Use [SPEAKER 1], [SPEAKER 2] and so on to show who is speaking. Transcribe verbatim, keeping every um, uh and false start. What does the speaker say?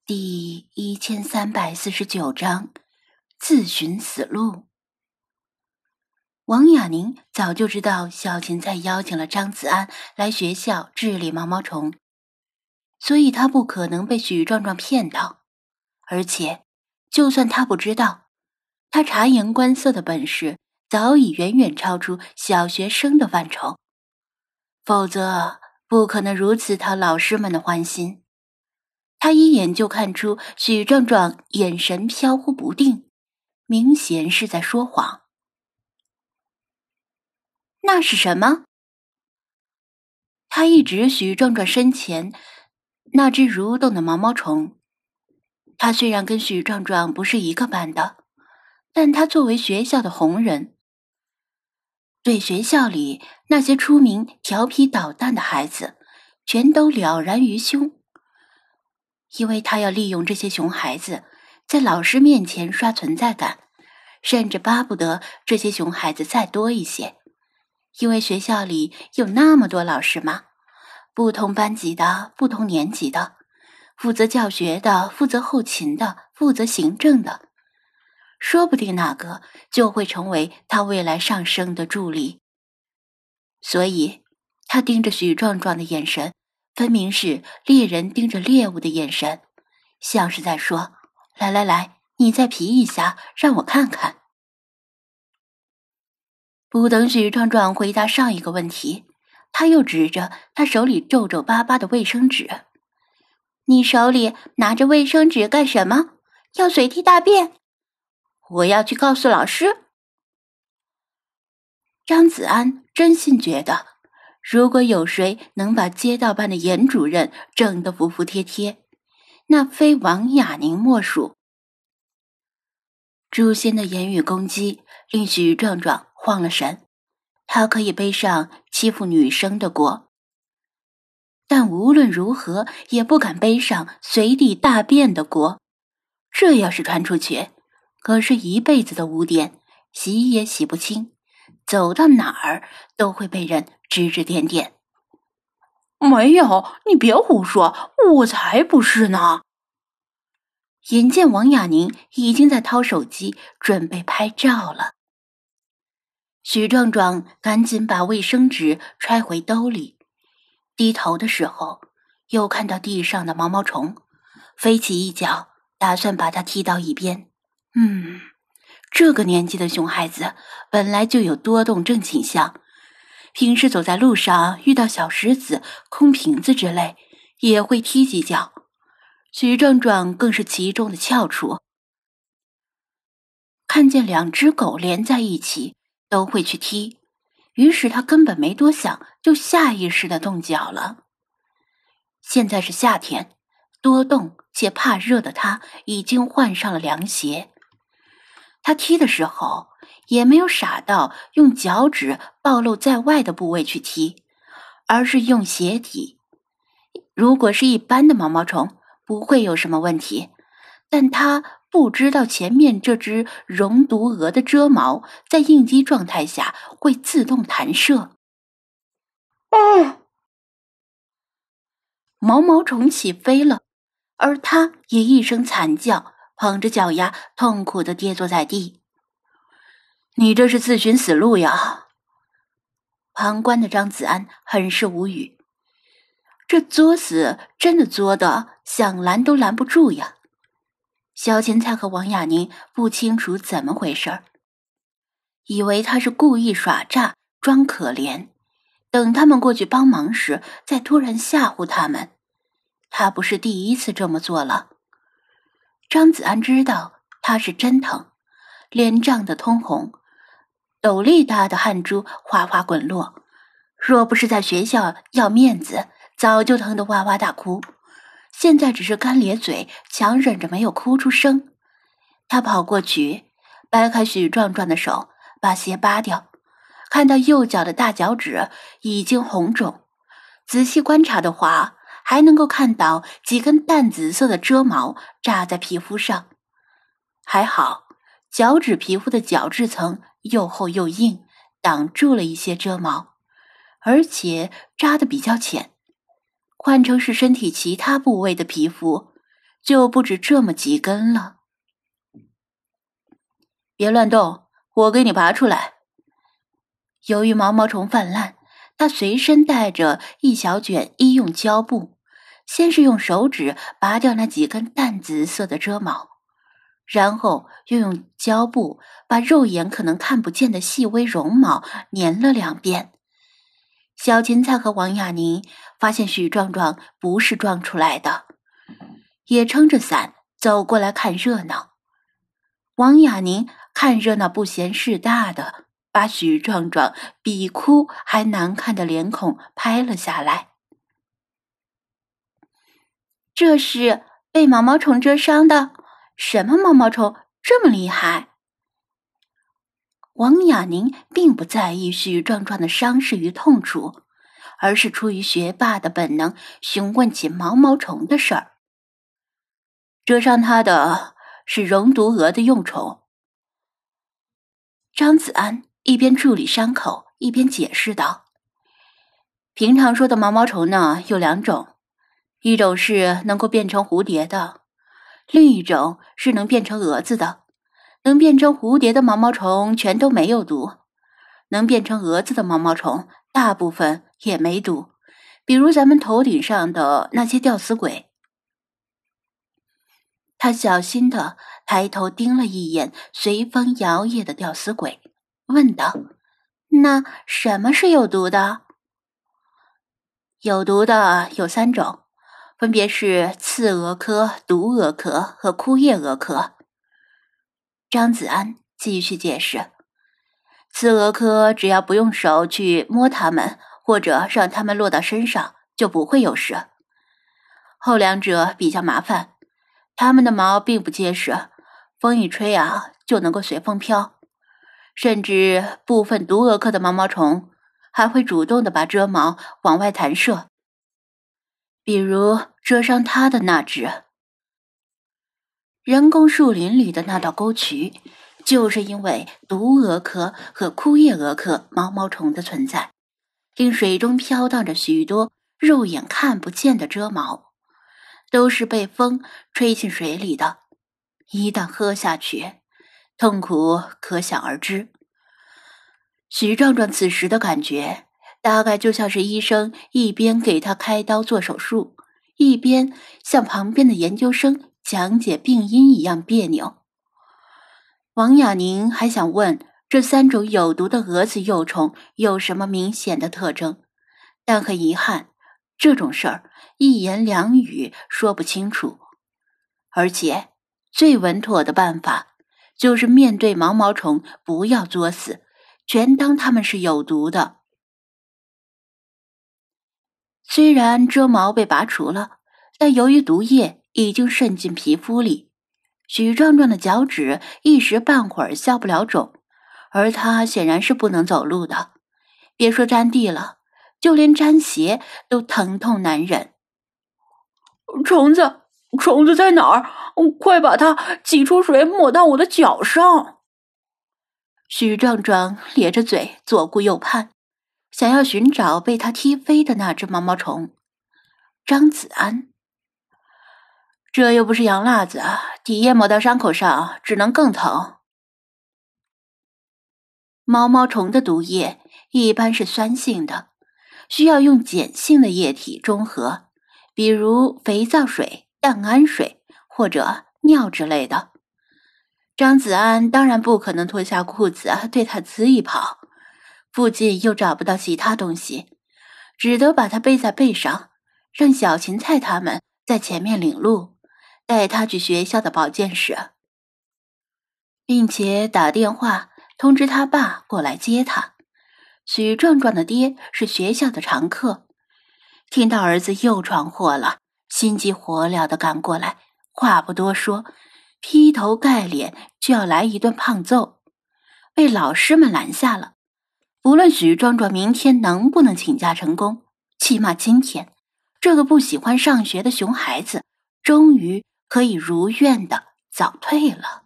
[SPEAKER 1] 第一千三百四十九章自寻死路。王雅宁早就知道小芹菜邀请了张子安来学校治理毛毛虫，所以他不可能被许壮壮骗到。而且就算他不知道，他察言观色的本事早已远远超出小学生的范畴，否则不可能如此讨老师们的欢心。他一眼就看出许壮壮眼神飘忽不定，明显是在说谎。那是什么？他一指许壮壮身前那只蠕动的毛毛虫。他虽然跟许壮壮不是一个班的，但他作为学校的红人，对学校里那些出名调皮捣蛋的孩子全都了然于胸。因为他要利用这些熊孩子在老师面前刷存在感，甚至巴不得这些熊孩子再多一些。因为学校里有那么多老师嘛，不同班级的，不同年级的，负责教学的，负责后勤的，负责行政的，说不定哪个就会成为他未来上升的助力。所以他盯着许壮壮的眼神分明是猎人盯着猎物的眼神，像是在说，来来来，你再皮一下，让我看看。不等许壮壮回答上一个问题，他又指着他手里皱皱巴巴的卫生纸，你手里拿着卫生纸干什么？要随地大便？我要去告诉老师。张子安真心觉得，如果有谁能把街道办的严主任整得服服帖帖，那非王雅宁莫属。诛心的言语攻击令许壮壮慌了神，他可以背上欺负女生的锅，但无论如何也不敢背上随地大便的锅。这要是传出去，可是一辈子的污点，洗也洗不清，走到哪儿都会被人指指点点。
[SPEAKER 2] 没有，你别胡说，我才不是呢。
[SPEAKER 1] 眼见王雅宁已经在掏手机准备拍照了，许壮壮赶紧把卫生纸揣回兜里，低头的时候又看到地上的毛毛虫，飞起一脚打算把它踢到一边。嗯，这个年纪的熊孩子本来就有多动症倾向，平时走在路上遇到小石子、空瓶子之类也会踢几脚，许壮壮更是其中的翘楚。看见两只狗连在一起都会去踢，于是他根本没多想，就下意识地动脚了。现在是夏天，多动且怕热的他已经换上了凉鞋。他踢的时候也没有傻到用脚趾暴露在外的部位去踢，而是用鞋底。如果是一般的毛毛虫不会有什么问题，但他不知道前面这只熔毒蛾的蛰毛在应激状态下会自动弹射。
[SPEAKER 2] 啊！
[SPEAKER 1] 毛毛虫起飞了，而他也一声惨叫，捧着脚丫痛苦地跌坐在地。你这是自寻死路呀！旁观的张子安很是无语，这作死真的作的想拦都拦不住呀。小芹菜和王雅宁不清楚怎么回事，以为他是故意耍诈装可怜，等他们过去帮忙时再突然吓唬他们。他不是第一次这么做了。张子安知道他是真疼，脸涨得通红，斗笠大的汗珠哗哗滚落，若不是在学校要面子，早就疼得哇哇大哭。现在只是干咧嘴，强忍着没有哭出声。他跑过去，掰开许壮壮的手，把鞋扒掉，看到右脚的大脚趾已经红肿，仔细观察的话，还能够看到几根淡紫色的蛰毛扎在皮肤上。还好，脚趾皮肤的角质层又厚又硬，挡住了一些蛰毛，而且扎得比较浅。换成是身体其他部位的皮肤， 就不止这么几根了。别乱动，我给你拔出来。由于毛毛虫泛滥，他随身带着一小卷医用胶布，先是用手指拔掉那几根淡紫色的遮毛，然后又用胶布把肉眼可能看不见的细微绒毛粘了两遍。小芹菜和王雅宁发现许壮壮不是撞出来的，也撑着伞走过来看热闹。王雅宁看热闹不嫌事大的，把许壮壮比哭还难看的脸孔拍了下来。这是被毛毛虫蛰伤的？什么毛毛虫这么厉害？王雅宁并不在意许壮壮的伤势与痛楚，而是出于学霸的本能询问起毛毛虫的事儿。蛰伤他的是绒毒蛾的幼虫。张子安一边处理伤口一边解释道，平常说的毛毛虫呢有两种，一种是能够变成蝴蝶的，另一种是能变成蛾子的。能变成蝴蝶的毛毛虫全都没有毒，能变成蛾子的毛毛虫大部分也没毒，比如咱们头顶上的那些吊死鬼。他小心地抬头盯了一眼随风摇曳的吊死鬼，问道：那什么是有毒的？有毒的有三种，分别是刺蛾科、毒蛾科和枯叶蛾科。张子安继续解释，刺蛾科只要不用手去摸它们，或者让它们落到身上，就不会有事。后两者比较麻烦，它们的毛并不结实，风一吹啊，就能够随风飘。甚至部分毒蛾科的毛毛虫还会主动的把蛰毛往外弹射，比如蛰伤它的那只。人工树林里的那道沟渠，就是因为毒蛾科和枯叶蛾科毛毛虫的存在，令水中飘荡着许多肉眼看不见的蛰毛，都是被风吹进水里的，一旦喝下去，痛苦可想而知。许壮壮此时的感觉，大概就像是医生一边给他开刀做手术，一边向旁边的研究生讲解病因一样别扭。王雅宁还想问这三种有毒的蛾子幼虫有什么明显的特征，但很遗憾，这种事儿一言两语说不清楚。而且最稳妥的办法就是面对毛毛虫不要作死，全当它们是有毒的。虽然蛰毛被拔除了，但由于毒液已经渗进皮肤里，许壮壮的脚趾一时半会儿消不了肿，而他显然是不能走路的，别说沾地了，就连沾鞋都疼痛难忍。
[SPEAKER 2] 虫子，虫子在哪儿？快把它挤出水抹到我的脚上！
[SPEAKER 1] 许壮壮咧着嘴左顾右盼，想要寻找被他踢飞的那只毛毛虫。张子安，这又不是洋辣子，底液抹到伤口上只能更疼。毛毛虫的毒液一般是酸性的，需要用碱性的液体中和，比如肥皂水、淡氨水或者尿之类的。张子安当然不可能脱下裤子对他呲一泡，附近又找不到其他东西，只得把他背在背上，让小芹菜他们在前面领路，带他去学校的保健室，并且打电话通知他爸过来接他。许壮壮的爹是学校的常客，听到儿子又闯祸了，心急火燎地赶过来，话不多说，劈头盖脸就要来一顿胖揍，被老师们拦下了。不论许壮壮明天能不能请假成功，起码今天这个不喜欢上学的熊孩子终于可以如愿的早退了。